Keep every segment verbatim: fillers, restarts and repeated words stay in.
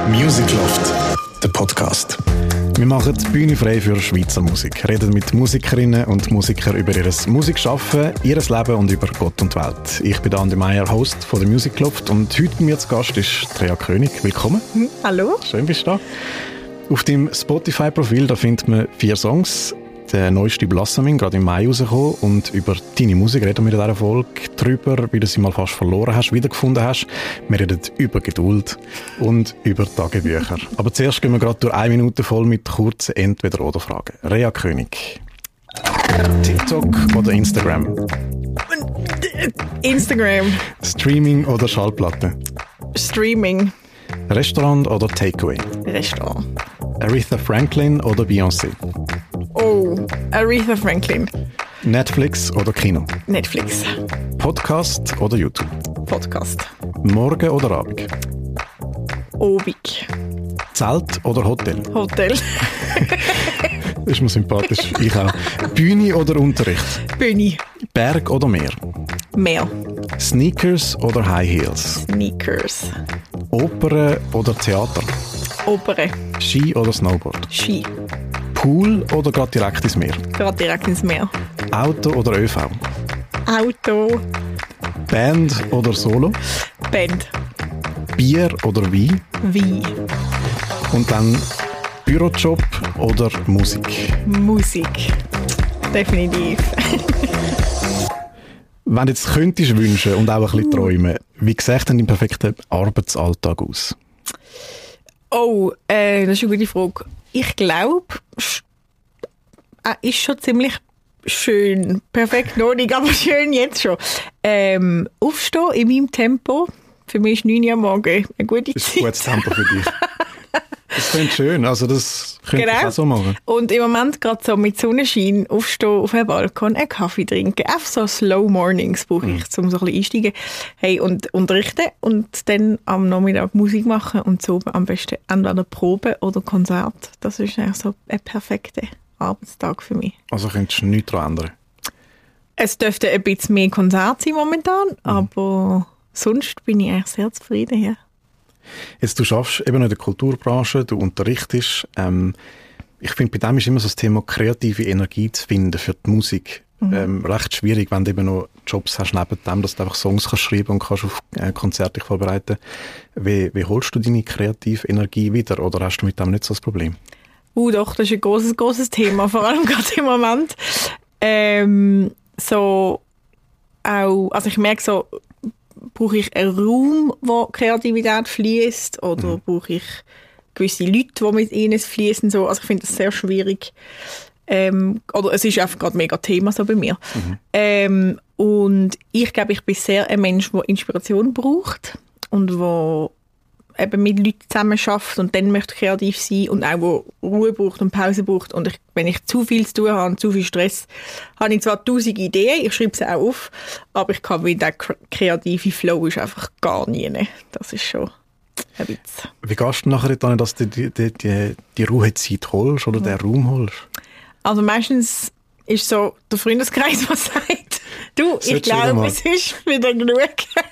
Music Loft, der Podcast. Wir machen die Bühne frei für Schweizer Musik, reden mit Musikerinnen und Musikern über ihr Musikschaffen, ihr Leben und über Gott und die Welt. Ich bin Andi Meier, Host von der Music Loft, und heute bei mir zu Gast ist Rea König. Willkommen. Hm, hallo. Schön, bist du da. Auf deinem Spotify-Profil da findet man vier Songs. Der neueste Blossoming, gerade im Mai rausgekommen, und über deine Musik reden wir in dieser Folge, darüber, wie du sie mal fast verloren hast, wiedergefunden hast. Wir reden über Geduld und über Tagebücher. Aber zuerst gehen wir gerade durch eine Minute voll mit kurzen Entweder-oder-Fragen. Rea König. TikTok oder Instagram? Instagram. Streaming oder Schallplatte? Streaming. Restaurant oder Takeaway? Restaurant. Aretha Franklin oder Beyoncé? Oh, Aretha Franklin. Netflix oder Kino? Netflix. Podcast oder YouTube? Podcast. Morgen oder Abend? Obig. Zelt oder Hotel? Hotel. Das ist mir sympathisch. Ich auch. Bühne oder Unterricht? Bühne. Berg oder Meer? Meer. Sneakers oder High Heels? Sneakers. Oper oder Theater? Opere. Ski oder Snowboard? Ski. Pool oder gerade direkt ins Meer? Gerade direkt ins Meer. Auto oder ÖV? Auto. Band oder Solo? Band. Bier oder Wein? Wein. Und dann Bürojob oder Musik? Musik. Definitiv. Wenn du jetzt könntest wünschen und auch ein bisschen träumen, wie sieht denn dein perfekter Arbeitsalltag aus? Oh, äh, das ist eine gute Frage. Ich glaube, er ist schon ziemlich schön. Perfekt noch nicht, aber schön jetzt schon. Ähm, aufstehen in meinem Tempo. Für mich ist neun Uhr am Morgen eine gute Zeit. Das ist ein gutes Tempo für dich. Das klingt schön, also das könnte genau. Ich auch so machen. Und im Moment gerade so mit Sonnenschein aufstehen auf dem Balkon, einen Kaffee trinken. Einfach so Slow Mornings brauche ich, mm. um so ein bisschen einsteigen. Hey, und unterrichten und dann am Nachmittag Musik machen und so am besten entweder Probe oder Konzert. Das ist eigentlich so ein perfekter Arbeitstag für mich. Also könntest du nichts daran ändern? Es dürfte ein bisschen mehr Konzert sein momentan, mm. aber sonst bin ich eigentlich sehr zufrieden hier. Jetzt, du schaffst eben in der Kulturbranche, du unterrichtest. Ähm, ich finde, bei dem ist immer so das Thema kreative Energie zu finden für die Musik. Mhm. Ähm, recht schwierig, wenn du eben noch Jobs hast neben dem, dass du einfach Songs kannst schreiben und kannst auf äh, Konzerte dich vorbereiten. Wie, wie holst du deine kreative Energie wieder, oder hast du mit dem nicht so das Problem? Uh, doch, das ist ein großes, großes Thema, vor allem gerade im Moment. Ähm, so auch, also ich merke so, brauche ich einen Raum, wo Kreativität fließt, oder mhm. brauche ich gewisse Leute, die mit ihnen fließen? So. Also ich finde das sehr schwierig. Ähm, oder es ist einfach gerade ein mega Thema so bei mir. Mhm. Ähm, und ich glaube, ich bin sehr ein Mensch, der Inspiration braucht und der eben mit Leuten zusammen arbeitet und dann möchte kreativ sein und auch wo Ruhe braucht und Pause braucht. Und ich, wenn ich zu viel zu tun habe und zu viel Stress, habe ich zwar tausend Ideen, ich schreibe sie auch auf, aber ich kann, wie der kreative Flow ist einfach gar nie. Das ist schon ein Witz. Wie gehst du nachher dann, dass du die, die, die, die Ruhezeit holst oder ja. den Raum holst? Also meistens ist so der Freundeskreis, der sagt, du, das ich glaube, es ist wieder genug.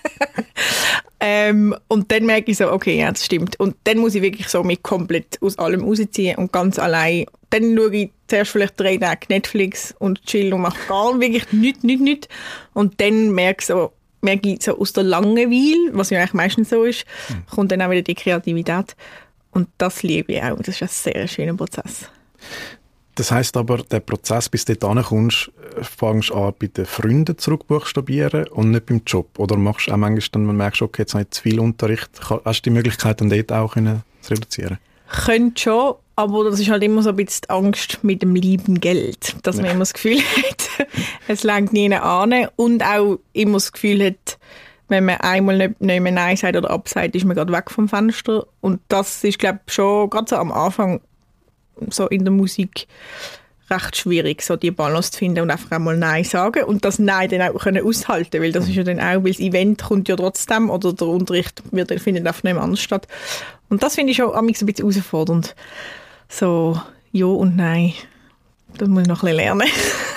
ähm, und dann merke ich so, okay, ja, das stimmt. Und dann muss ich wirklich so mich komplett aus allem rausziehen und ganz allein. Dann schaue ich zuerst vielleicht drei Tage Netflix und chill und mache gar wirklich nichts, nichts, nichts. Und dann merke ich so, merke ich so aus der Langeweile, was ja eigentlich meistens so ist, hm. kommt dann auch wieder die Kreativität. Und das liebe ich auch. Das ist ein sehr schöner Prozess. Das heisst aber, der Prozess, bis du dort hinkommst, fängst du an, bei den Freunden zurückbuchstabieren und nicht beim Job? Oder machst du auch manchmal, dann, wenn du merkst, okay, jetzt habe ich zu viel Unterricht, hast du die Möglichkeit, dann dort auch zu reduzieren? Könnte schon, aber das ist halt immer so ein bisschen die Angst mit dem lieben Geld, dass ja. man immer das Gefühl hat, es reicht nie an, und auch immer das Gefühl hat, wenn man einmal nicht, nicht mehr Nein sagt oder absagt, ist man gerade weg vom Fenster. Und das ist, glaube ich, schon gerade so am Anfang so in der Musik recht schwierig, so die Balance zu finden und einfach einmal Nein sagen und das Nein dann auch können aushalten, weil das ist ja dann auch, weil das Event kommt ja trotzdem oder der Unterricht wird, findet einfach nicht anders statt. Und das finde ich schon ein bisschen herausfordernd. So Ja und Nein. Das muss ich noch ein bisschen lernen.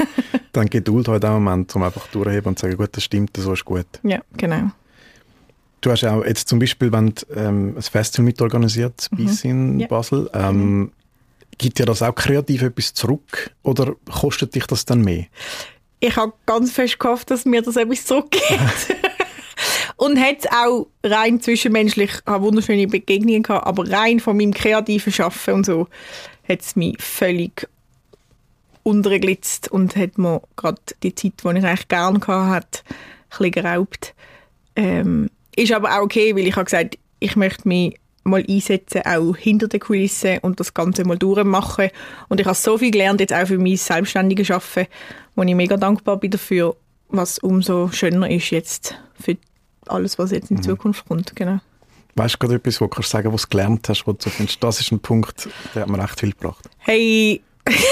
Dann Geduld halt auch im Moment, um einfach durchzuheben und zu sagen, gut, das stimmt, so ist gut. Ja, genau. Du hast auch jetzt zum Beispiel, wenn du ähm, ein Festival mitorganisiert, das B I S in Ja. Basel, ähm, gibt dir das auch kreativ etwas zurück oder kostet dich das dann mehr? Ich habe ganz fest gehofft, dass mir das etwas zurückgeht. Und hat auch rein zwischenmenschlich, habe wunderschöne Begegnungen gehabt, aber rein von meinem kreativen Schaffen und so hat es mich völlig unterglitzt und hat mir gerade die Zeit, die ich eigentlich gerne hatte, ein bisschen geraubt. Ähm, ist aber auch okay, weil ich habe gesagt, ich möchte mich mal einsetzen, auch hinter den Kulissen und das Ganze mal durchmachen. Und ich habe so viel gelernt, jetzt auch für mein selbstständiges Arbeiten, wo ich mega dankbar bin dafür, was umso schöner ist jetzt für alles, was jetzt in Mhm. Zukunft kommt. Genau. Weißt du gerade etwas, wo du kannst sagen, was du gelernt hast, wo du so findest, das ist ein Punkt, der hat mir recht viel gebracht? Hey,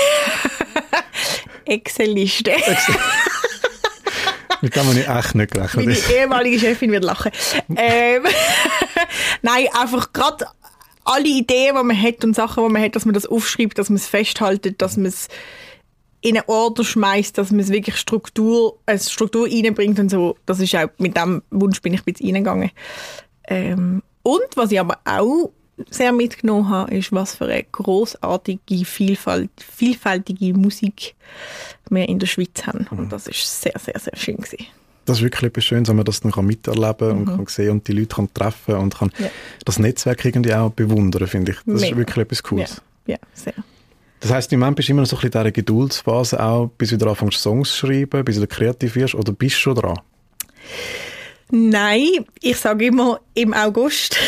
Excel-Liste. Mit dem habe ich echt nicht gerechnet. Meine ehemalige Chefin wird lachen. ähm, Nein, einfach gerade alle Ideen, die man hat und Sachen, die man hat, dass man das aufschreibt, dass man es festhaltet, dass man es in einen Ordner schmeißt, dass man es wirklich Struktur, äh, Struktur reinbringt und so. Das ist auch, mit dem Wunsch bin ich ein bisschen reingegangen. Ähm, und was ich aber auch sehr mitgenommen habe, ist, was für eine grossartige, Vielfalt, vielfältige Musik wir in der Schweiz haben. Und das ist sehr, sehr, sehr schön gewesen. Das ist wirklich etwas Schönes, wenn man das dann miterleben kann und Mhm. kann sehen und die Leute kann treffen und kann Ja. das Netzwerk irgendwie auch bewundern, finde ich. Das Mega. ist wirklich etwas Cooles. Ja, ja, sehr. Das heisst, im Moment bist du immer noch so ein bisschen in dieser Geduldsphase auch, bis du wieder anfängst Songs zu schreiben, bis du wieder kreativ wirst, oder bist du schon dran? Nein, ich sage immer im August.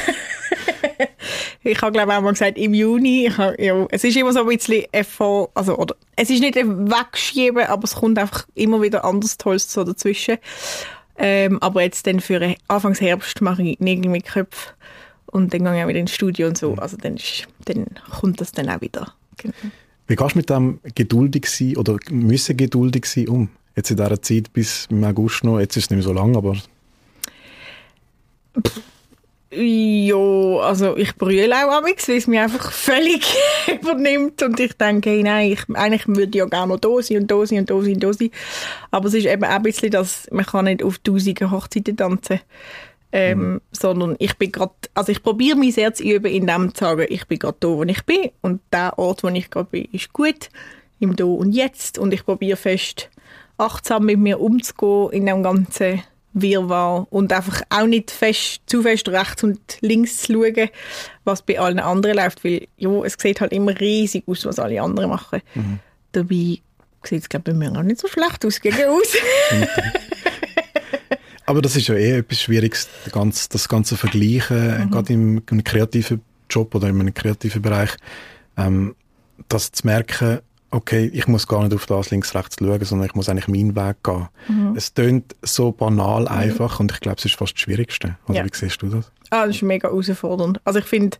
Ich habe glaube auch mal gesagt im Juni. Ich habe, ja, es ist immer so ein bisschen ein Vor- also oder es ist nicht ein Wegschieben, aber es kommt einfach immer wieder anders Tolles so dazwischen. Ähm, aber jetzt dann für Anfangs Herbst mache ich Nägel mit Köpfen und dann gehe ich auch wieder ins Studio und so. Also dann, ist, dann kommt das dann auch wieder. Genau. Wie gehst du mit dem geduldig sein oder müssen geduldig sein um? Jetzt in dieser Zeit bis im August noch, jetzt ist es nicht mehr so lang, aber... Ja, also ich brülle auch amigs, weil es mich einfach völlig übernimmt und ich denke, hey, nein, ich, eigentlich würde ich ja gerne noch da sein und da sein und da sein und da sein. Aber es ist eben auch ein bisschen, dass man kann nicht auf tausende Hochzeiten tanzen, ähm, mhm. sondern ich bin gerade, also ich probiere mich sehr zu üben, in dem zu sagen, ich bin gerade da, wo ich bin und der Ort, wo ich gerade bin, ist gut, im Da und Jetzt und ich probiere fest achtsam mit mir umzugehen in dem ganzen Wirrwarr und einfach auch nicht fest, zu fest rechts und links zu schauen, was bei allen anderen läuft, weil ja, es sieht halt immer riesig aus, was alle anderen machen. Mhm. Dabei sieht es, glaube ich, bei mir auch nicht so schlecht aus, gegen aus. Aber das ist ja eh etwas Schwieriges, das ganze, das ganze Vergleichen, mhm. gerade im, im kreativen Job oder in einem kreativen Bereich, ähm, das zu merken, okay, ich muss gar nicht auf das links, rechts schauen, sondern ich muss eigentlich meinen Weg gehen. Mhm. Es tönt so banal mhm. einfach und ich glaube, es ist fast das Schwierigste. Oder ja. Wie siehst du das? Ah, das ist mega herausfordernd. Also ich finde,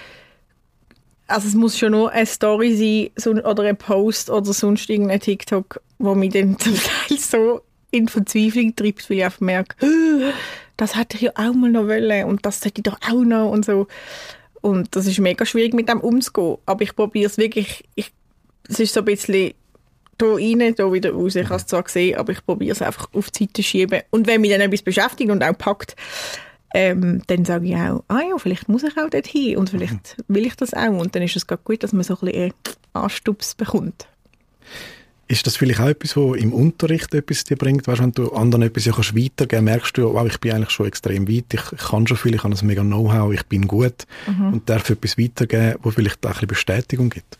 also es muss schon nur eine Story sein so, oder ein Post oder sonst irgendein TikTok, wo mich dann zum Teil so in Verzweiflung treibt, weil ich einfach merke, oh, das hätte ich ja auch mal noch wollen und das hätte ich doch auch noch und so. Und das ist mega schwierig, mit dem umzugehen. Aber ich probiere es wirklich, ich es ist so ein bisschen hier rein, hier wieder raus. Ich habe es zwar gesehen, aber ich probiere es einfach auf die Seite zu schieben. Und wenn mich dann etwas beschäftigt und auch packt, ähm, dann sage ich auch, ah ja, vielleicht muss ich auch dort hin und vielleicht will ich das auch. Und dann ist es gerade gut, dass man so ein bisschen Anstups bekommt. Ist das vielleicht auch etwas, was im Unterricht etwas dir bringt? Weißt, wenn du anderen etwas ja kannst weitergeben, merkst du, wow, ich bin eigentlich schon extrem weit, ich kann schon viel, ich habe ein mega Know-how, ich bin gut mhm. und darf etwas weitergeben, wo vielleicht auch ein bisschen Bestätigung gibt.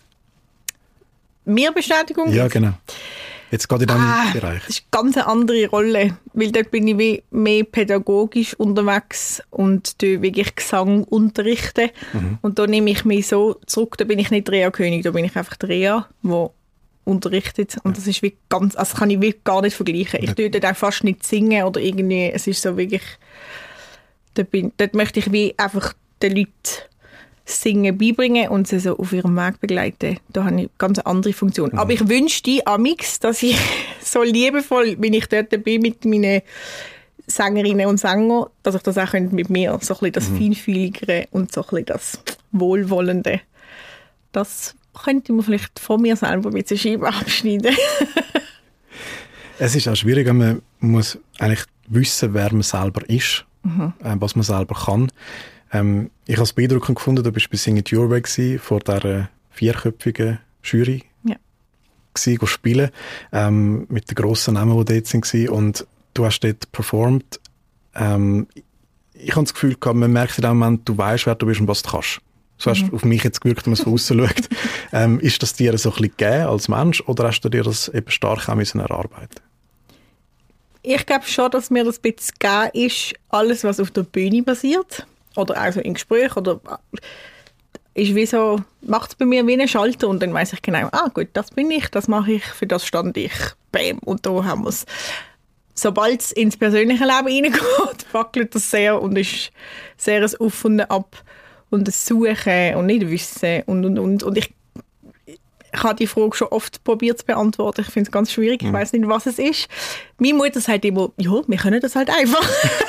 Mir Bestätigung? Ja, genau. Jetzt gerade in diesem ah, Bereich. Das ist eine ganz andere Rolle, weil dort bin ich wie mehr pädagogisch unterwegs und wirklich Gesang unterrichten. Mhm. Und da nehme ich mich so zurück, da bin ich nicht Rea-König, da bin ich einfach Rea, die unterrichtet. Und ja. das ist wie ganz, also das kann ich wirklich gar nicht vergleichen. Ich tue dort auch fast nicht singen oder irgendwie, es ist so wirklich, dort, bin, dort möchte ich wie einfach den Leuten Singen beibringen und sie so auf ihrem Weg begleiten. Da habe ich eine ganz andere Funktion. Mhm. Aber ich wünschte amix, dass ich so liebevoll, wenn ich dort bin mit meinen Sängerinnen und Sängern, dass ich das auch mit mir, so ein bisschen das mhm. Feinfühligere und so ein bisschen das Wohlwollende, das könnte man vielleicht von mir selber mit der Scheibe abschneiden. Es ist auch schwierig, man muss eigentlich wissen, wer man selber ist, mhm. äh, was man selber kann. Ähm, ich habe es beeindruckend gefunden, du bist bei Sing It Your Way gewesen, vor dieser vierköpfigen Jury ja. gewesen, spielen, ähm, mit den grossen Namen, die dort waren. Und du hast dort performt. Ähm, ich habe das Gefühl gehabt, man merkt in dem Moment, du weißt, wer du bist und was du kannst. So hast du mhm. auf mich jetzt gewirkt, wenn man es von außen schaut. Ähm, ist das dir so ein bisschen gegeben als Mensch oder hast du dir das eben stark auch müssen erarbeiten? Ich glaube schon, dass mir das ein bisschen gegeben ist, alles, was auf der Bühne passiert oder also in Gesprächen oder ist wie so, macht es bei mir wie einen Schalter und dann weiss ich genau, ah gut, das bin ich, das mache ich, für das stand ich. Bam, und da haben wir es. Sobald es ins persönliche Leben reingeht, fackelt das sehr und ist sehr ein Auf und Ab und ein Suchen und nicht Wissen und, und, und. Und ich, ich habe die Frage schon oft probiert zu beantworten. Ich finde es ganz schwierig. Ich weiss nicht, was es ist. Meine Mutter sagt immer, ja, wir können das halt einfach.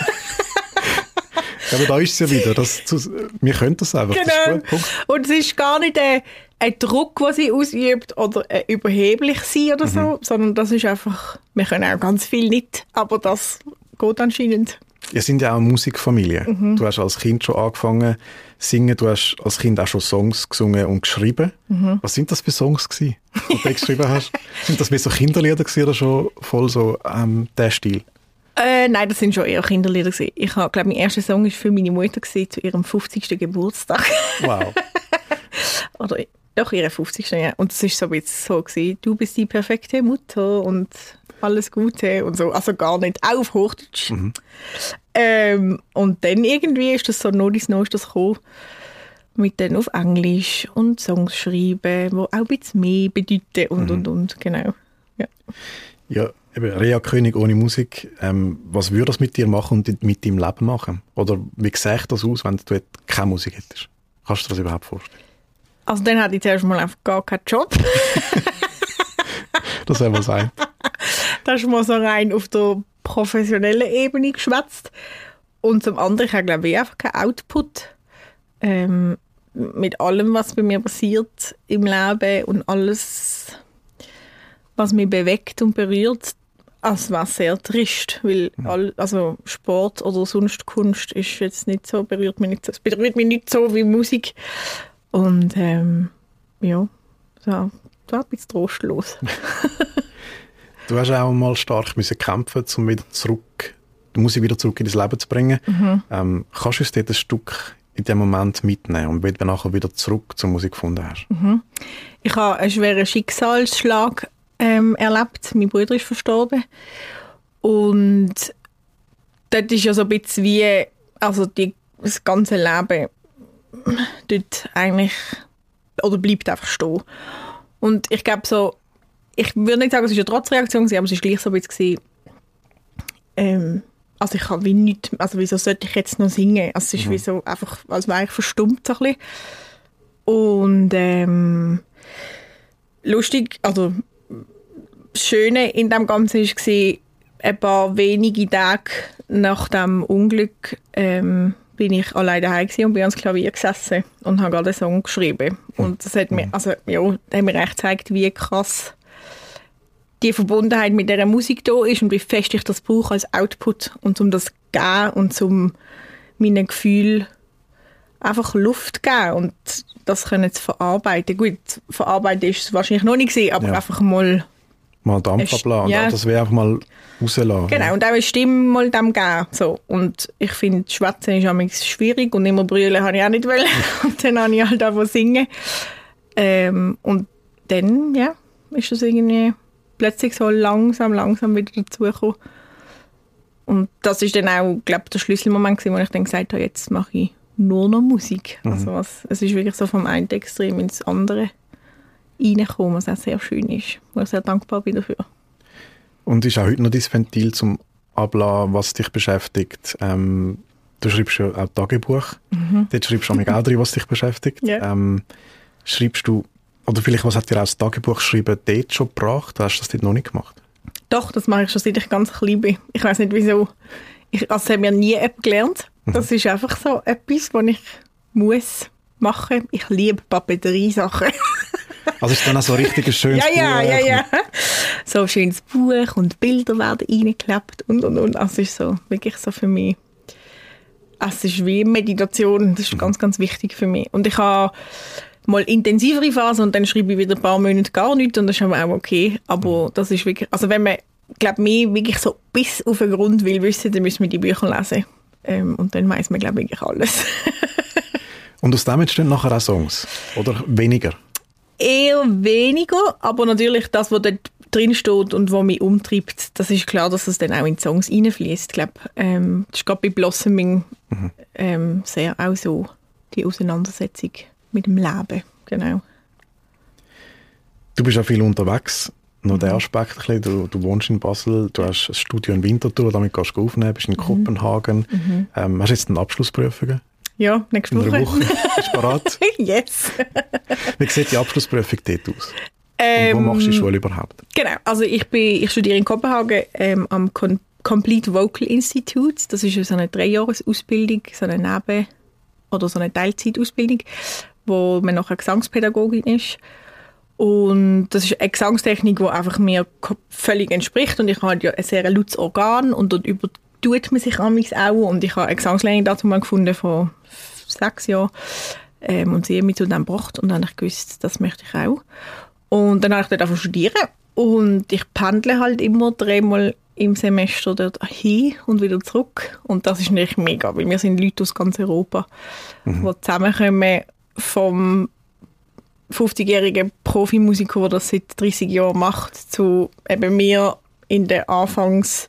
Aber da ist es ja wieder. Das, wir können das einfach. Genau. Das ist gut. Und es ist gar nicht ein, ein Druck, den sie ausübt oder ein überheblich sein oder so, mhm. sondern das ist einfach, wir können auch ganz viel nicht, aber das geht anscheinend. Ihr seid ja auch eine Musikfamilie. Mhm. Du hast als Kind schon angefangen zu singen, du hast als Kind auch schon Songs gesungen und geschrieben. Mhm. Was sind das für Songs gewesen, die du geschrieben hast? Sind das mehr so Kinderlieder gewesen oder schon voll so ähm, der Stil? Äh, nein, das sind schon eher Kinderlieder gewesen. Ich habe, glaube, mein erster Song war für meine Mutter gewesen, zu ihrem fünfzigsten Geburtstag. Wow. Oder doch, ihren fünfzigsten Ja. Und es war so ein bisschen so gewesen, du bist die perfekte Mutter und alles Gute und so. Also gar nicht, auch auf Hochdeutsch. Mhm. Ähm, und dann irgendwie ist das so noch ins Neueste gekommen. Mit dann auf Englisch und Songs schreiben, die auch ein bisschen mehr bedeuten und, mhm. und, und, genau. Ja. Ja, eben, Rea König ohne Musik, ähm, was würde das mit dir machen und mit deinem Leben machen? Oder wie sähe das aus, wenn du keine Musik hättest? Kannst du dir das überhaupt vorstellen? Also dann hatte ich zuerst mal einfach gar keinen Job. Das wäre was ein. Das ist mal so rein auf der professionellen Ebene geschwätzt. Und zum anderen, ich habe glaube ich einfach keinen Output. Ähm, mit allem, was bei mir passiert im Leben und alles, was mich bewegt und berührt, also war sehr trist, weil all, also Sport oder sonst Kunst ist jetzt nicht so, berührt mich nicht so, es berührt mich nicht so wie Musik. Und ähm, ja, so, das war ein bisschen trostlos. Du hast auch mal stark müssen kämpfen, um wieder zurück, die Musik wieder zurück in dein Leben zu bringen. Mhm. Ähm, kannst du uns dort ein Stück in dem Moment mitnehmen und wie du nachher wieder zurück zur Musik gefunden hast? Mhm. Ich habe einen schweren Schicksalsschlag ähm, erlebt. Mein Bruder ist verstorben. Und dort ist ja so ein bisschen wie, also die, das ganze Leben dort eigentlich, oder bleibt einfach stehen. Und ich glaube so, ich würde nicht sagen, es war eine Trotzreaktion, aber es war gleich so ein bisschen, ähm, also ich habe wie nichts, also wieso sollte ich jetzt noch singen? Also es ist mhm. wie so einfach, als wäre ich verstummt so ein bisschen. Und ähm, lustig, also das Schöne in dem Ganzen war, ein paar wenige Tage nach dem Unglück ähm, bin ich alleine daheim und bin ans Klavier gesessen und habe gerade einen Song geschrieben. Und das hat mir, also ja, das hat mir echt gezeigt, wie krass die Verbundenheit mit dieser Musik da ist und wie fest ich das brauche als Output und um das zu geben und um meinen Gefühlen einfach Luft zu geben und das können zu verarbeiten. Gut, verarbeiten ist es wahrscheinlich noch nicht gewesen, aber ja. einfach mal mal Dampf ablassen, ja. Das wäre einfach mal rauslassen. Genau, ja. Und auch eine Stimme mal dem geben. So. Und ich finde, Schwätzen ist manchmal schwierig und immer brüllen habe ich auch nicht wollen. Und dann habe ich halt einfach singen. Ähm, und dann, ja, ist das irgendwie plötzlich so langsam, langsam wieder dazugekommen. Und das ist dann auch, glaube ich, der Schlüsselmoment gewesen, wo ich dann gesagt habe, jetzt mache ich nur noch Musik. Mhm. Also was, es ist wirklich so vom einen Extrem ins andere reinkommen, was auch sehr schön ist. Wo ich sehr dankbar bin dafür. Und ist auch heute noch dein Ventil zum Ablassen, was dich beschäftigt? Ähm, du schreibst ja auch Tagebuch. Mhm. Dort schreibst du auch drin, was dich beschäftigt. Ja. Ähm, schreibst du, oder vielleicht, was hat dir auch das Tagebuch schreiben dort schon gebracht? Hast du das dort noch nicht gemacht? Doch, das mache ich schon, seit ich ganz klein bin. Ich weiss nicht, wieso. Ich, also, das hat mir nie jemand gelernt. Das mhm. ist einfach so etwas, was ich muss machen. Ich liebe Papeterie-Sachen. Also ist es dann auch so ein richtig schönes ja, Buch? Ja, ja, ja. So ein schönes Buch und Bilder werden reingeklebt und, und, und. Also ist so wirklich so für mich es ist wie Meditation, das ist ganz, ganz wichtig für mich. Und ich habe mal intensivere Phase und dann schreibe ich wieder ein paar Monate gar nichts und das ist aber auch okay. Aber das ist wirklich, also wenn man, glaube mir wirklich so bis auf den Grund will wissen, dann müssen wir die Bücher lesen. Ähm, und dann weiss man, glaube ich, wirklich alles. Und aus dem entstehen nachher auch Songs? Oder weniger? Eher weniger, aber natürlich das, was dort drin steht und was mich umtreibt, das ist klar, dass es dann auch in die Songs reinfließt. Ich glaube, ähm, das ist gerade bei Blossoming mhm. ähm, sehr auch so, die Auseinandersetzung mit dem Leben. Genau. Du bist auch viel unterwegs. Noch mhm. der Aspekt, du, du wohnst in Basel, du hast ein Studio in Winterthur, damit kannst du aufnehmen, bist in mhm. Kopenhagen. Mhm. Ähm, hast du jetzt eine Abschlussprüfung? Ja, nächste Woche. In einer Woche. Bist du bereit? Yes. Wie sieht die Abschlussprüfung dort aus? Ähm, Und wo machst du die Schule überhaupt? Genau, also ich, bin, ich studiere in Kopenhagen ähm, am Con- Complete Vocal Institute. Das ist so eine Dreijahresausbildung, so eine Neben- oder so eine Teilzeitausbildung, wo man nachher Gesangspädagogin ist. Und das ist eine Gesangstechnik, die einfach mir völlig entspricht. Und ich habe ja ein sehr lautes Organ und dort über tut man sich amigs auch. Und ich habe eine Gesangslehrerin dazu mal gefunden vor sechs Jahren. Ähm, und sie hat mich zu dem gebracht und dann habe ich gewusst, das möchte ich auch. Und dann habe ich dort angefangen zu studieren. Und ich pendle halt immer dreimal im Semester dort hin und wieder zurück. Und das ist natürlich mega, weil wir sind Leute aus ganz Europa, mhm. die zusammenkommen vom fünfzigjährigen Profimusiker, der das seit dreißig Jahren macht, zu eben mir in den Anfangsjahren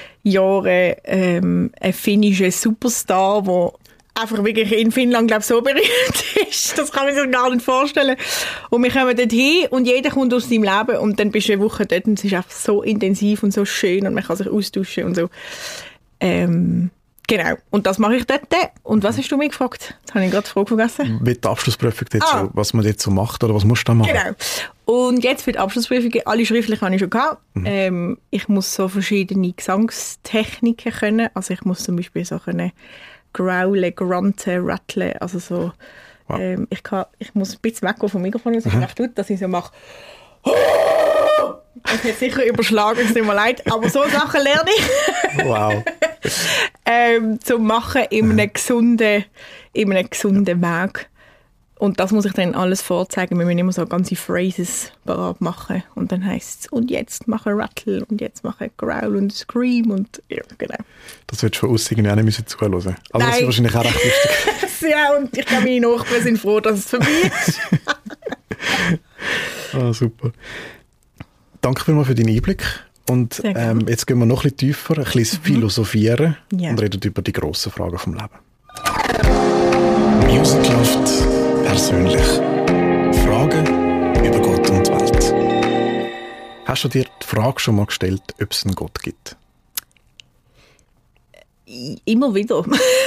ähm, ein finnischer Superstar, der einfach wirklich in Finnland, glaube ich, so berühmt ist. Das kann man sich gar nicht vorstellen. Und wir kommen dort hin und jeder kommt aus seinem Leben und dann bist du eine Woche dort und es ist einfach so intensiv und so schön und man kann sich austauschen und so. Ähm, genau. Und das mache ich dort. Und was hast du mich gefragt? Jetzt habe ich gerade die Frage vergessen. Wie die Abschlussprüfung dort ah. so, was man dort so macht oder was musst du da machen? Genau. Und jetzt für die Abschlussprüfung, alle schriftlich habe ich schon gehabt. Mhm. Ähm, ich muss so verschiedene Gesangstechniken können. Also ich muss zum Beispiel so können growlen, grunten, rattlen, also so. Wow. Ähm, ich, kann, ich muss ein bisschen weggehen vom Mikrofon, das ist mhm. recht laut, dass ich so mache. Ich hätte sicher überschlagen, es tut mir leid, aber so Sachen lerne ich. Wow. ähm, zu machen in einem gesunden, in einem gesunden Weg. Und das muss ich dann alles vorzeigen. Wir müssen immer so ganze Phrases bereit machen. Und dann heisst es, und jetzt mache Rattle, und jetzt mache Growl und Scream. Und ja, genau. Das würdest du von außen irgendwie auch nicht zuhören müssen. Aber Nein. Das ist wahrscheinlich auch recht lustig. Ja, und ich glaube, meine Nachbarn sind froh, dass es vorbei ist. Ah, super. Danke vielmals für deinen Einblick. Und ähm, jetzt gehen wir noch ein bisschen tiefer, ein bisschen mhm. philosophieren ja. und reden über die grossen Fragen vom Leben. Musicloft persönlich. Fragen über Gott und die Welt. Hast du dir die Frage schon mal gestellt, ob es einen Gott gibt? Immer wieder.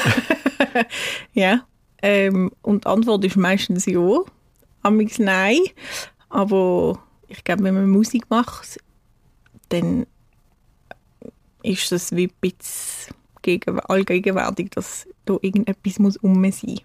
Ja. Ähm, und die Antwort ist meistens ja. Amigs nein. Aber ich glaube, wenn man Musik macht, dann ist es wie ein bisschen gegen, allgegenwärtig, dass da irgendetwas muss um sein muss.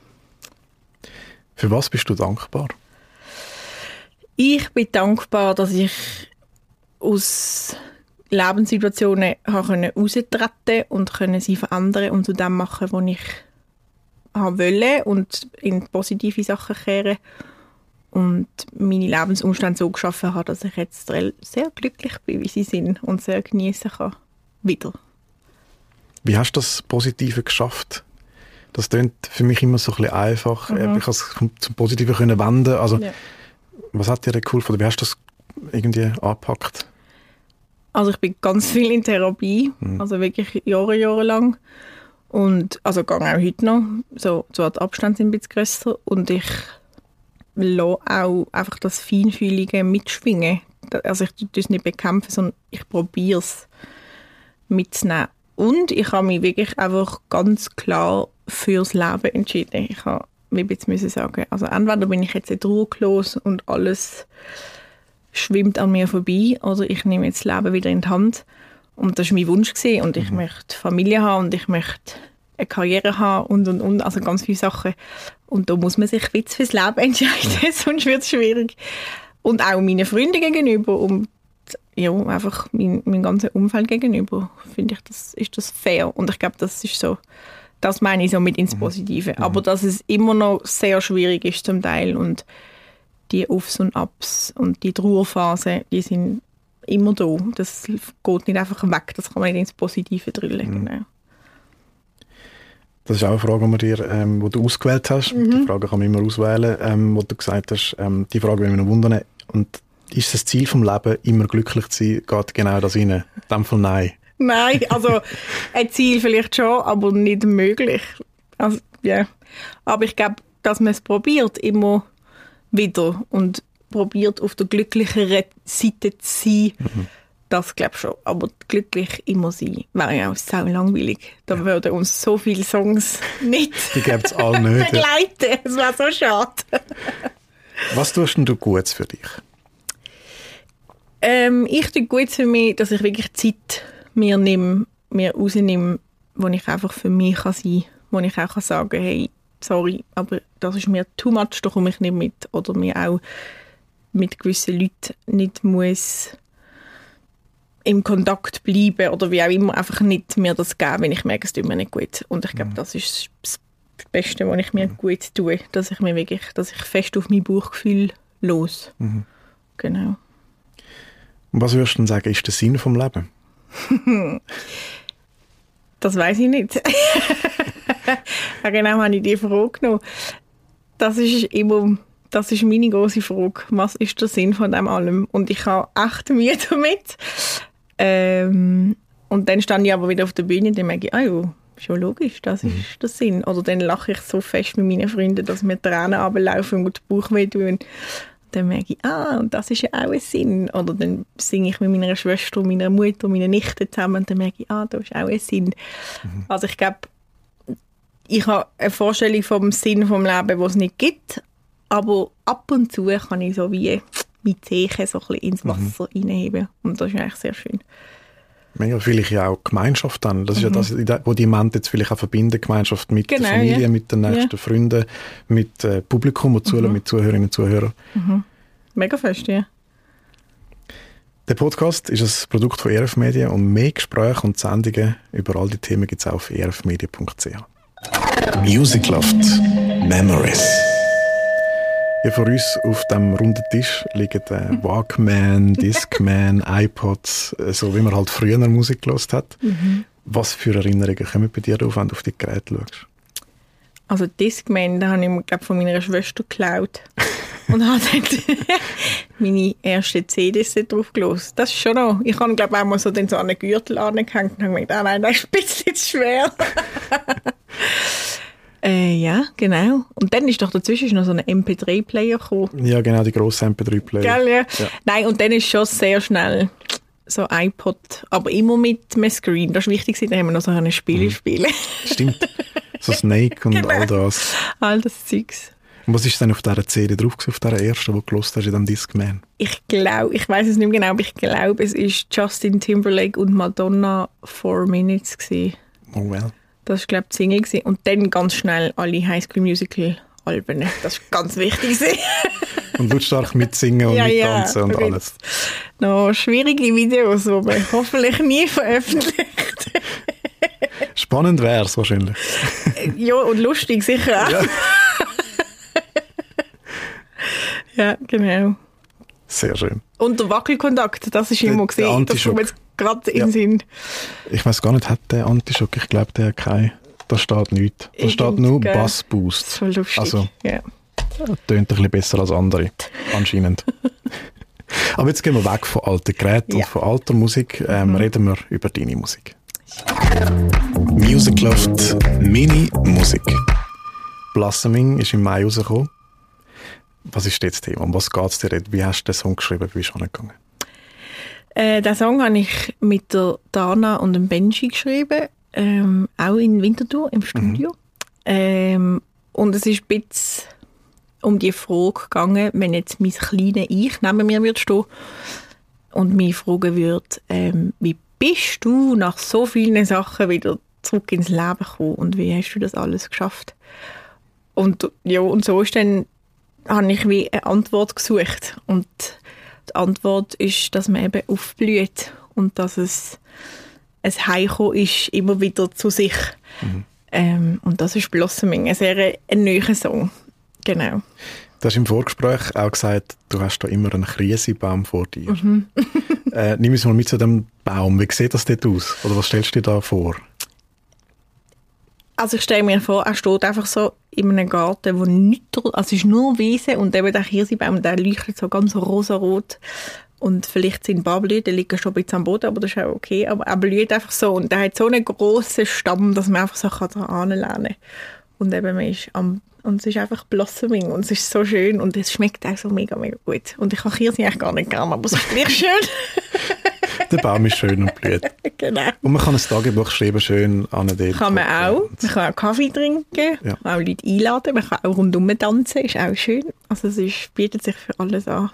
Für was bist du dankbar? Ich bin dankbar, dass ich aus Lebenssituationen heraustreten und sie verändern und zu dem machen, was ich wollte und in positive Sachen kehren und meine Lebensumstände so geschaffen habe, dass ich jetzt sehr glücklich bin, wie sie sind und sehr genießen kann. Wieder. Wie hast du das Positive geschafft? Das klingt für mich immer so ein bisschen einfach. Mhm. Ich kann es zum Positiven können wenden. Also, ja. Was hat dir geholfen? Wie hast du das irgendwie angepackt? Also ich bin ganz viel in Therapie, mhm. also wirklich Jahre, Jahre lang. Und also gehe auch heute noch. So, so die Abstände sind ein bisschen grösser. Und ich lasse auch einfach das Feinfühlige mitschwingen. Also ich tue es nicht bekämpfen, sondern ich probiere es mitzunehmen. Und ich habe mich wirklich einfach ganz klar fürs Leben entschieden. Ich habe, wie ich jetzt sagen, also entweder bin ich jetzt ruhelos und alles schwimmt an mir vorbei, oder ich nehme jetzt das Leben wieder in die Hand. Und das war mein Wunsch gewesen. Und ich mhm. möchte Familie haben und ich möchte eine Karriere haben und, und, und, also ganz viele Sachen. Und da muss man sich jetzt fürs Leben entscheiden, sonst wird es schwierig. Und auch meinen Freunden gegenüber und ja, einfach mein, mein ganzes Umfeld gegenüber, finde ich, das ist das fair. Und ich glaube, das ist so Das meine ich so mit ins Positive. Mhm. Aber dass es immer noch sehr schwierig ist zum Teil und die Aufs und Abs und die Trauerphase, die sind immer da. Das geht nicht einfach weg, das kann man nicht ins Positive drüllen. Mhm. Genau. Das ist auch eine Frage, die, dir, ähm, die du ausgewählt hast. Mhm. Die Frage kann man immer auswählen, ähm, wo du gesagt hast, ähm, die Frage will mich noch wundern. Und ist das Ziel vom Leben, immer glücklich zu sein? Geht genau das rein? In dem Fall nein. Nein, also ein Ziel vielleicht schon, aber nicht möglich. Also, yeah. Aber ich glaube, dass man es probiert, immer wieder und probiert, auf der glücklicheren Seite zu sein, mhm. das glaube ich schon. Aber glücklich immer sein wäre ja auch sau langweilig. Da ja. würden uns so viele Songs nicht Die gibt's alle nicht, begleiten. Es wäre so schade. Was tust denn du Gutes für dich? Ähm, ich tue gut für mich, dass ich wirklich Zeit mir nehme, mir rausnehme, wo ich einfach für mich kann sein kann, wo ich auch kann sagen, hey, sorry, aber das ist mir too much, da komme ich nicht mit. Oder mir auch mit gewissen Leuten nicht muss im Kontakt bleiben oder wie auch immer, einfach nicht mir das geben, wenn ich merke, es tut mir nicht gut. Und ich glaube, mhm. das ist das Beste, was ich mir mhm. gut tue, dass ich mir wirklich, dass ich fest auf mein Bauchgefühl los. Mhm. Genau. Und was würdest du denn sagen, ist der Sinn vom Leben? Das weiß ich nicht. Ja, genau, habe ich die Frage genommen. Das ist immer, das ist meine große Frage. Was ist der Sinn von dem allem? Und ich habe echt Mühe damit. Ähm, und dann stand ich aber wieder auf der Bühne und dann merke ich, ah ja, schon logisch, das ist mhm. der Sinn. Oder dann lache ich so fest mit meinen Freunden, dass mir Tränen runterlaufen und der Bauch wehtun. Dann merke ich, ah, und das ist ja auch ein Sinn. Oder dann singe ich mit meiner Schwester, meiner Mutter, meiner Nichte zusammen und dann merke ich, ah, da ist auch ein Sinn. Mhm. Also ich glaube, ich habe eine Vorstellung vom Sinn vom Leben, den es nicht gibt, aber ab und zu kann ich so wie mit Zechen so ein bisschen ins Wasser mhm. reinheben und das ist eigentlich sehr schön. Mega, vielleicht ja auch Gemeinschaft dann. Das ist mhm. ja das, was die Mente jetzt vielleicht auch verbinden, Gemeinschaft mit genau, der Familie, ja. mit den nächsten ja. Freunden, mit äh, Publikum, das zuhört, mhm. mit Zuhörerinnen und Zuhörern. Mhm. Mega fest, ja. Der Podcast ist ein Produkt von E R F Media und mehr Gespräche und Sendungen über all die Themen gibt es auch auf e r f media punkt c h. Musicloft Memories. Ja, vor uns auf dem runden Tisch liegen äh, Walkman, Discman, iPods, äh, so wie man halt früher Musik gehört hat. Mhm. Was für Erinnerungen kommen bei dir auf, wenn du auf die Geräte schaust? Also Discman, da habe ich mir glaub, von meiner Schwester geklaut und habe dann meine erste C Ds drauf gelassen. Das ist schon noch. Ich habe glaube auch mal so, den so an einen Gürtel angehängt und habe gedacht, ah nein, das ist ein bisschen zu schwer. Äh, ja, genau. Und dann ist doch dazwischen noch so ein M P drei Player gekommen. Ja, genau, die grossen M P drei Player. Gell, ja. ja. Nein, und dann ist schon sehr schnell so iPod, aber immer mit einem Screen. Das war wichtig, da haben wir noch so ein Spiel mhm. spielen. Stimmt. So Snake und genau. all das. All das Zeugs. Und was ist denn auf dieser C D drauf, auf dieser ersten, die du gehört hast, in diesem Discman? Ich glaube, ich weiß es nicht mehr genau, aber ich glaube, es war Justin Timberlake und Madonna Four Minutes gewesen. Oh well. Das war, glaube ich, die Single gewesen. Und dann ganz schnell alle High School Musical Alben. Das war ganz wichtig. Und lautstark mitsingen und ja, mittanzen ja, und alles. Noch schwierige Videos, die man hoffentlich nie veröffentlicht. Spannend wäre es wahrscheinlich. Ja, und lustig sicher auch. Ja, ja genau. Sehr schön. Und der Wackelkontakt, das ist immer gesehen. Das kommt jetzt gerade in den ja. Sinn. Ich weiss gar nicht, hat der Antischock? Ich glaube, der hat keinen. Da steht nichts. Da Irgend, steht nur gell. Bass Boost. Das ist voll lustig. Also, ja. tönt ein bisschen besser als andere, anscheinend. Aber jetzt gehen wir weg von alten Geräten ja. und von alter Musik. Ähm, mhm. Reden wir über deine Musik. Musicloft Mini-Musik. Blossoming ist im Mai rausgekommen. Was ist jetzt das Thema? Um was geht es dir? Wie hast du den Song geschrieben? Wie bist du angegangen? Äh, den Song habe ich mit der Dana und dem Benji geschrieben. Ähm, auch in Winterthur im Studio. Mhm. Ähm, und es ist ein bisschen um die Frage gegangen, wenn jetzt mein kleines Ich neben mir würde stehen und mich fragen würde, ähm, wie bist du nach so vielen Sachen wieder zurück ins Leben gekommen und wie hast du das alles geschafft? Und, ja, und so ist dann, habe ich wie eine Antwort gesucht. Und die Antwort ist, dass man eben aufblüht und dass es ein Heimkommen ist, immer wieder zu sich. Mhm. Ähm, und das ist Blossoming, ein sehr ein neuer Song. Genau. Du hast im Vorgespräch auch gesagt, du hast da immer einen Krisenbaum vor dir. Mhm. äh, nimm uns mal mit zu dem Baum. Wie sieht das dort aus? Oder was stellst du dir da vor? Also ich stelle mir vor, er steht einfach so in einem Garten, wo nichts, also es ist nur Wiese und eben der Kirschbaum, der leuchtet so ganz rosarot. Und vielleicht sind ein paar Blüten, die liegen schon ein bisschen am Boden, aber das ist auch okay. Aber er blüht einfach so und der hat so einen grossen Stamm, dass man einfach so daran lernen kann. Und eben man ist am Und es ist einfach Blossoming und es ist so schön und es schmeckt auch so mega, mega gut. Und ich habe Kirschen eigentlich gar nicht gerne, aber es ist gleich schön. Der Baum ist schön und blüht. Genau. Und man kann ein Tagebuch schreiben, schön an den Kann man auch. Man kann auch Kaffee trinken, ja. Man kann auch Leute einladen, man kann auch rundum tanzen, ist auch schön. Also es ist, bietet sich für alles an.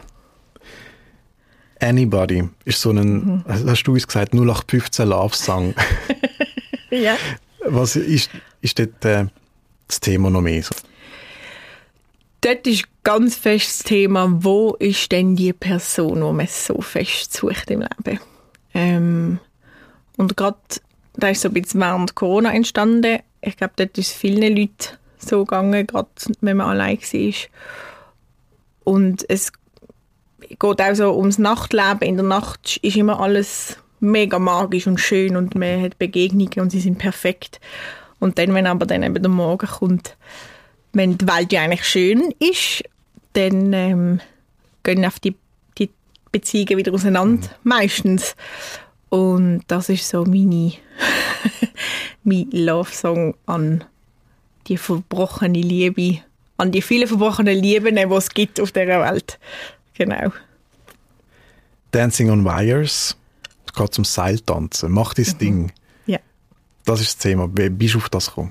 Anybody ist so ein, mhm. hast du uns gesagt, null acht fünfzehn Love-Song. Ja. Was ist, ist dort äh, das Thema noch mehr so? Dort ist ganz fest das Thema, wo ist denn die Person, die man so fest sucht im Leben. Ähm, und gerade, da ist so ein bisschen während Corona entstanden. Ich glaube, dort ist es vielen Leuten so gegangen, gerade wenn man allein war. Und es geht auch so ums Nachtleben. In der Nacht ist immer alles mega magisch und schön und man hat Begegnungen und sie sind perfekt. Und dann, wenn aber dann eben der Morgen kommt, wenn die Welt ja eigentlich schön ist, dann ähm, gehen auf die, die Beziehungen wieder auseinander, mhm. meistens. Und das ist so meine, mein Love-Song an die verbrochene Liebe, an die vielen verbrochenen Lieben, die es gibt auf dieser Welt. Genau. Dancing on Wires, es geht zum Seiltanzen, mach dein mhm. Ding. Ja. Das ist das Thema. Wie bist du auf das gekommen?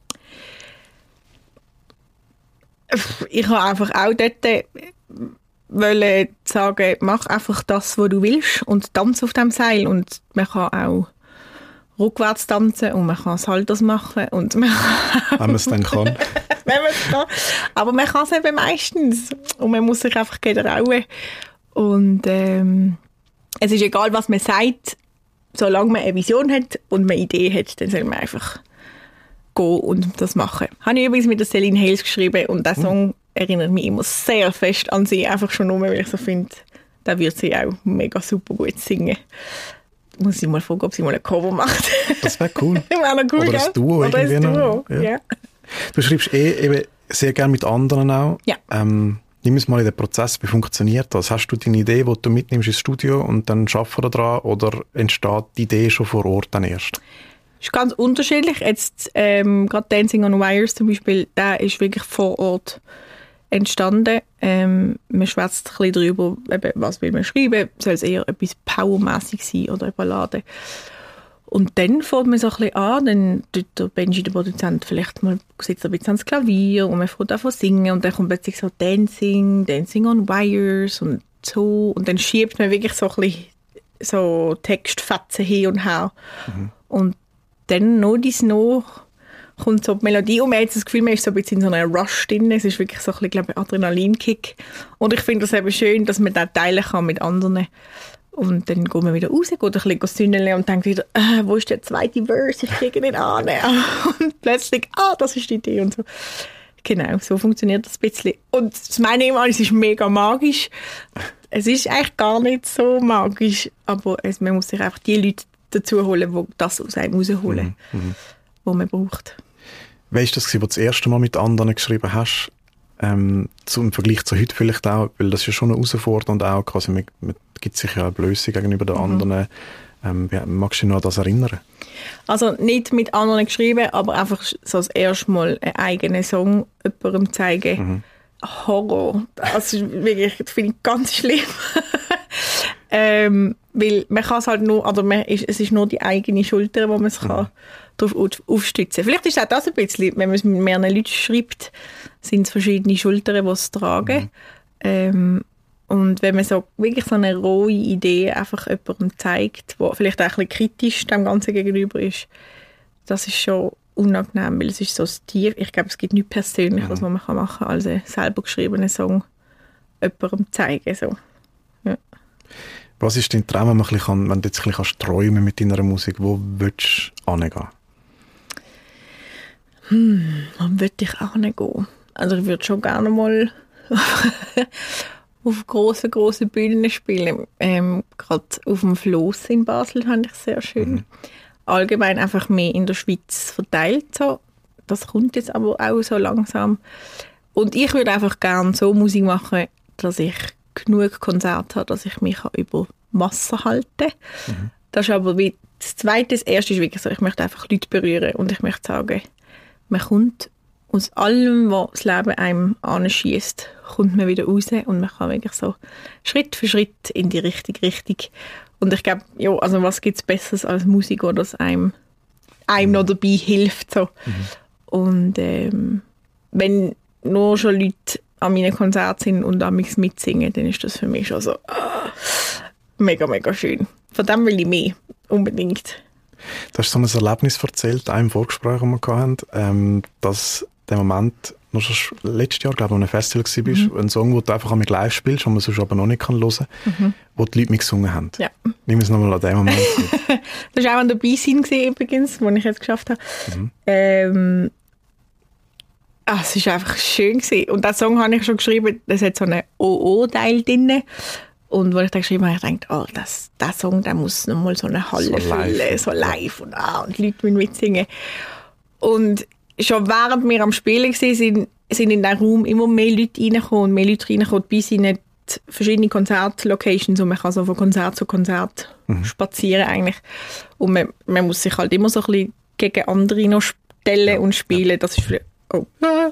Ich habe einfach auch dort wollen sagen, mach einfach das, was du willst und tanze auf dem Seil. Und man kann auch rückwärts tanzen und man kann Saltos machen. Und man kann wenn man es dann kann. Wenn man es kann. Aber man kann es eben meistens. Und man muss sich einfach getrauen. Und ähm, es ist egal, was man sagt, solange man eine Vision hat und eine Idee hat, dann soll man einfach gehen und das machen. Habe ich übrigens mit der Celine Hales geschrieben und der Song erinnert mich immer sehr fest an sie, einfach schon nur, weil ich so finde, da wird sie auch mega super gut singen. Muss ich mal fragen, ob sie mal ein Cover macht. Das wäre cool. Wäre noch cool. Oder ein Duo. Oder ein Duo, ja. Ja. Du schreibst eh eben sehr gerne mit anderen auch. Ja. Ähm, nimm uns mal in den Prozess, wie funktioniert das? Hast du deine Idee, die du mitnimmst ins Studio und dann arbeiten wir daran, oder entsteht die Idee schon vor Ort dann erst? Es ist ganz unterschiedlich. Jetzt ähm, gerade Dancing on Wires zum Beispiel, der ist wirklich vor Ort entstanden. Ähm, man schwätzt ein bisschen darüber, eben, was will man schreiben. Soll es eher etwas powermäßig sein oder eine Ballade? Und dann fängt man so ein bisschen an, dann tut der Benji, der Produzent, vielleicht mal sitzt er ein bisschen ans Klavier und man fängt an zu singen und dann kommt plötzlich so Dancing, Dancing on Wires und so. Und dann schiebt man wirklich so ein bisschen so Textfetzen hin und her. Mhm. Und dann noch dies noch kommt so die Melodie und man hat das Gefühl, man ist so ein bisschen in so einer Rush drin. Es ist wirklich so ein bisschen, glaube ich, Adrenalinkick. Und ich finde das eben schön, dass man das teilen kann mit anderen. Und dann geht man wieder raus, geht ein bisschen sünneln und denkt wieder, äh, wo ist der zweite Verse? Ich kriege nicht an. Und plötzlich, ah, das ist die Idee und so. Genau, so funktioniert das ein bisschen. Und das meine ich immer, es ist mega magisch. Es ist eigentlich gar nicht so magisch, aber es, man muss sich einfach die Leute dazu holen, die das aus einem rausholen, mhm. was man braucht. Wie war das, als du das erste Mal mit anderen geschrieben hast? Ähm, zum Vergleich zu heute vielleicht auch, weil das ist ja schon eine Herausforderung und auch quasi, man, man gibt sich ja eine Blöße gegenüber den mhm. anderen. Ähm, magst du dich noch an das erinnern? Also nicht mit anderen geschrieben, aber einfach so das erste Mal einen eigenen Song jemandem zeigen. Mhm. Horror. Das ist wirklich, das finde ich ganz schlimm. ähm, weil man kann es halt nur, oder man ist, es ist nur die eigene Schulter, wo man es mhm. kann darauf aufstützen. Vielleicht ist auch das ein bisschen, wenn man es mit mehreren Leuten schreibt, sind es verschiedene Schultern, die es tragen. Mhm. Ähm, und wenn man so wirklich so eine rohe Idee einfach jemandem zeigt, wo vielleicht auch ein bisschen kritisch dem Ganzen gegenüber ist, das ist schon unangenehm, weil es ist so tief. Ich glaube, es gibt nichts Persönliches, mhm. was man machen kann, als einen selber geschriebenen Song jemandem zeigen. So. Ja. Was ist dein Traum, wenn, man ein bisschen, wenn du jetzt ein bisschen träumen mit deiner Musik? Wo willst du hingehen? Hm, dann würde ich auch nicht gehen. Also ich würde schon gerne mal auf grossen, grossen Bühnen spielen. Ähm, Gerade auf dem Floss in Basel fand ich sehr schön. Mhm. Allgemein einfach mehr in der Schweiz verteilt. So. Das kommt jetzt aber auch so langsam. Und ich würde einfach gerne so Musik machen, dass ich genug Konzerte habe, dass ich mich über Massen halten kann. Mhm. Das ist aber wie das Zweite. Das Erste ist wirklich so, ich möchte einfach Leute berühren und ich möchte sagen, man kommt aus allem, was das Leben einem anschiesst, kommt man wieder raus und man kann wirklich so Schritt für Schritt in die richtige Richtung. Und ich glaube, ja, also was gibt es Besseres als Musik, oder das einem, einem mhm. noch dabei hilft. So. Mhm. Und ähm, wenn nur schon Leute an meinen Konzerten sind und an mich mitsingen, dann ist das für mich schon so ah, mega, mega schön. Von dem will ich mehr, unbedingt. Du hast so ein Erlebnis erzählt, einem Vorgespräch, das wir hatten, ähm, dass der Moment, noch schon letztes Jahr, glaube ich, an einem Festival warst, mhm. ein Song, den du einfach an mir live spielst, den man sonst aber noch nicht hören kann, mhm. wo die Leute mitgesungen haben. Ja. Nimm es nochmal an den Moment. Das war auch an der Beisein übrigens, den ich jetzt geschafft habe. Mhm. Ähm, ah, es war einfach schön gewesen. Und den Song habe ich schon geschrieben, es hat so einen O O-Teil drin. Und als ich den geschrieben habe, habe ich gedacht, oh, das, der Song, der muss nochmal so eine Halle so füllen, live. so live. Und, ah, und die Leute müssen mitsingen. Und schon während wir am Spielen waren, sind, sind in diesen Raum immer mehr Leute reingekommen und mehr Leute reingekommen. Bei uns sind verschiedene Konzertlocations und man kann so von Konzert zu Konzert mhm. spazieren eigentlich. Und man, man muss sich halt immer so ein bisschen gegen andere noch stellen ja. und spielen. Ja. Das ist für Oh.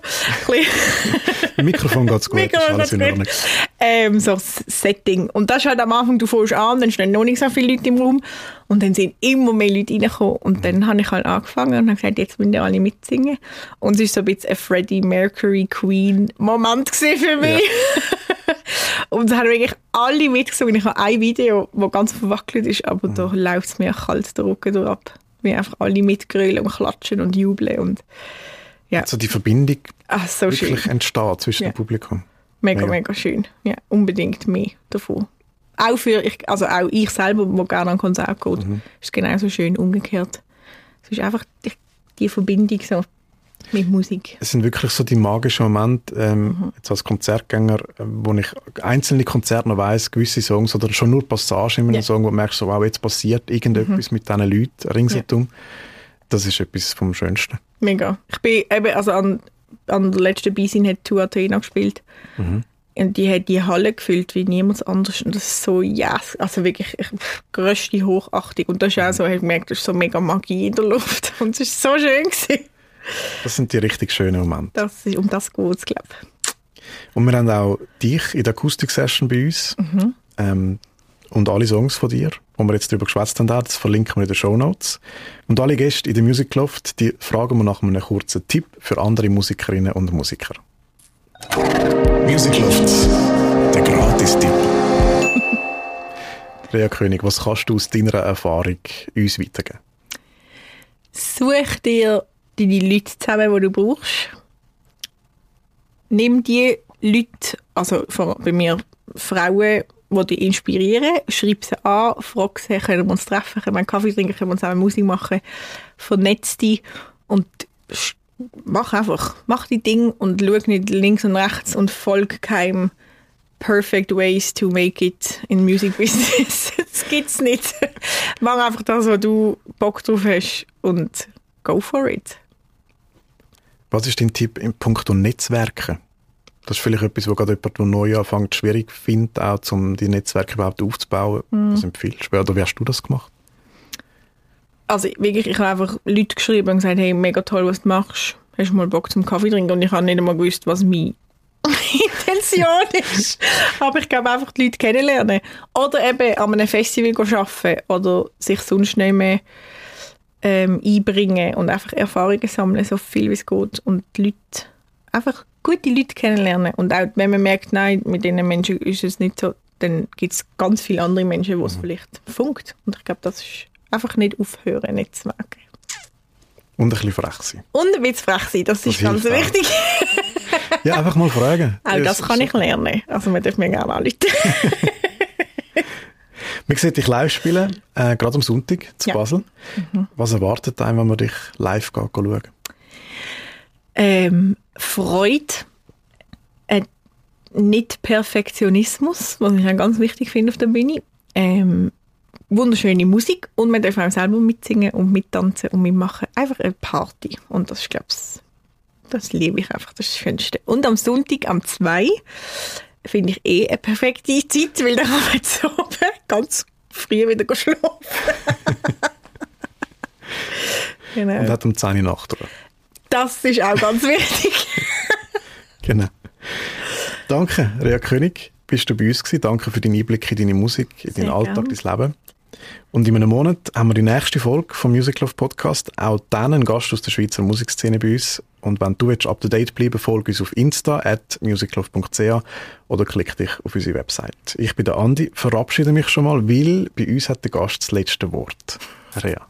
Im Mikrofon geht es gut, Mikrofon ist alles in Ordnung. Ähm, so das Setting. Und das ist halt am Anfang, du fährst an, dann stehen noch nicht so viele Leute im Raum und dann sind immer mehr Leute reingekommen. Und dann habe ich halt angefangen und habe gesagt, jetzt müssen wir alle mitsingen. Und es war so ein bisschen ein Freddie Mercury Queen Moment für mich. Ja. Und es haben wirklich alle mitgesungen. Ich habe ein Video, das ganz verwackelt ist, aber mhm. da läuft es mir kalt der Rücken durch ab. Wir einfach alle mitgrölen und klatschen und jubeln und ja. Also die Verbindung Ach, so wirklich schön. entsteht zwischen ja. dem Publikum. Mega, mega, mega schön. Ja, unbedingt mehr davon. Auch für, ich, also auch ich selber, der gerne an ein Konzert geht, mhm. ist genauso schön umgekehrt. Es ist einfach die, die Verbindung so mit Musik. Es sind wirklich so die magischen Momente, ähm, mhm. jetzt als Konzertgänger, wo ich einzelne Konzerte noch weiss, gewisse Songs oder schon nur Passagen in einem ja. Song, wo du merkst, so, wow, jetzt passiert irgendetwas mhm. mit diesen Leuten ringsherum. Ja. Das ist etwas vom Schönsten. Mega. Ich bin eben, also an, an der letzten Beisein hat Two Athena gespielt. Mhm. Und die hat die Halle gefüllt wie niemand anderes. Und das ist so, yes, also wirklich ich, grösste Hochachtung. Und das ist auch so, ich habe gemerkt, das ist so mega Magie in der Luft. Und es war so schön gewesen. Das sind die richtig schönen Momente. Das ist, um das geht es, glaube ich. Und wir haben auch dich in der Akustik-Session bei uns. Mhm. Ähm, und alle Songs von dir, wo wir jetzt darüber geschwätzt haben, das verlinken wir in den Shownotes. Und alle Gäste in der Music Loft, die fragen wir nach einem kurzen Tipp für andere Musikerinnen und Musiker. Music Loft, der Gratis-Tipp. Rea König, was kannst du aus deiner Erfahrung uns weitergeben? Such dir deine Leute zusammen, die du brauchst. Nimm die Leute, also bei mir Frauen, die dich inspirieren, schreib sie an, frag sie, können wir uns treffen, können wir einen Kaffee trinken, können wir zusammen Musik machen, vernetz dich und mach einfach, mach die Dinge und schau nicht links und rechts und folg keinem perfect ways to make it in music business. Das gibt's nicht. Mach einfach das, was du Bock drauf hast und go for it. Was ist dein Tipp in puncto Netzwerken? Das ist vielleicht etwas, wo gerade jemand, der neu anfängt, schwierig findet, auch um die Netzwerke überhaupt aufzubauen. Mm. Was empfiehlst du? Oder wie hast du das gemacht? Also wirklich, ich habe einfach Leute geschrieben und gesagt, hey, mega toll, was du machst. Hast du mal Bock zum Kaffee trinken? Und ich habe nicht einmal gewusst, was meine Intention ist. Aber ich glaube einfach, die Leute kennenlernen. Oder eben an einem Festival arbeiten oder sich sonst nicht mehr ähm, einbringen und einfach Erfahrungen sammeln, so viel wie es geht. Und die Leute, einfach gute Leute kennenlernen. Und auch wenn man merkt, nein, mit diesen Menschen ist es nicht so, dann gibt es ganz viele andere Menschen, wo es mhm. vielleicht funkt. Und ich glaube, das ist einfach nicht aufhören, Netzwerken. Und ein bisschen frech sein. Und ein bisschen frech sein, das, das ist ganz wichtig. Ja, einfach mal fragen. Auch das kann ich lernen. Also man darf mir gerne anrufen. Man sieht dich live spielen, äh, gerade am Sonntag zu ja. Basel. Mhm. Was erwartet einem, wenn man dich live geht, schauen? Ähm, Freude, äh, nicht Perfektionismus, was ich auch ganz wichtig finde auf der Bühne. Ähm, wunderschöne Musik und man darf auch selber mitsingen und mittanzen und mitmachen. Einfach eine Party. Und das ist, glaube ich, das liebe ich einfach, das ist das Schönste. Und am Sonntag, am zwei finde ich eh eine perfekte Zeit, weil dann kann man jetzt oben ganz früh wieder schlafen. Genau. Und hat um zehn Uhr Nacht, oder? Das ist auch ganz wichtig. Genau. Danke, Rea König, bist du bei uns gewesen. Danke für deinen Einblick in deine Musik, in deinen Alltag, dein Leben. Und in einem Monat haben wir die nächste Folge vom Music Love Podcast. Auch dann ein Gast aus der Schweizer Musikszene bei uns. Und wenn du willst, up to date bleiben, folge uns auf Insta at musiclove punkt c h oder klick dich auf unsere Website. Ich bin der Andi, verabschiede mich schon mal, weil bei uns hat der Gast das letzte Wort. Rea.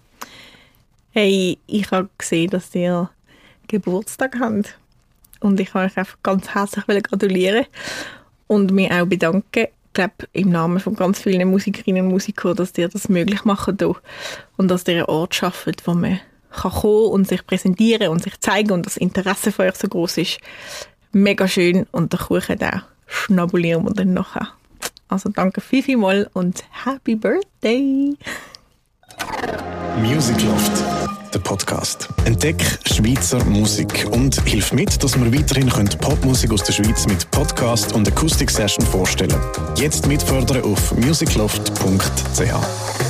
Hey, ich habe gesehen, dass ihr Geburtstag habt. Und ich kann euch einfach ganz herzlich gratulieren und mich auch bedanken. Ich glaube, im Namen von ganz vielen Musikerinnen und Musikern, dass ihr das möglich macht hier. Und dass ihr einen Ort schafft, wo man kann kommen und sich präsentieren und sich zeigen und das Interesse von euch so groß ist. Mega schön. Und der Kuchen, den schnabulieren wir dann nachher. Also danke viel, viel mal und Happy Birthday! Music Loft, der Podcast. Entdeck Schweizer Musik und hilf mit, dass wir weiterhin Popmusik aus der Schweiz mit Podcast und Akustik-Session vorstellen können. Jetzt mitfördern auf musicloft punkt c h.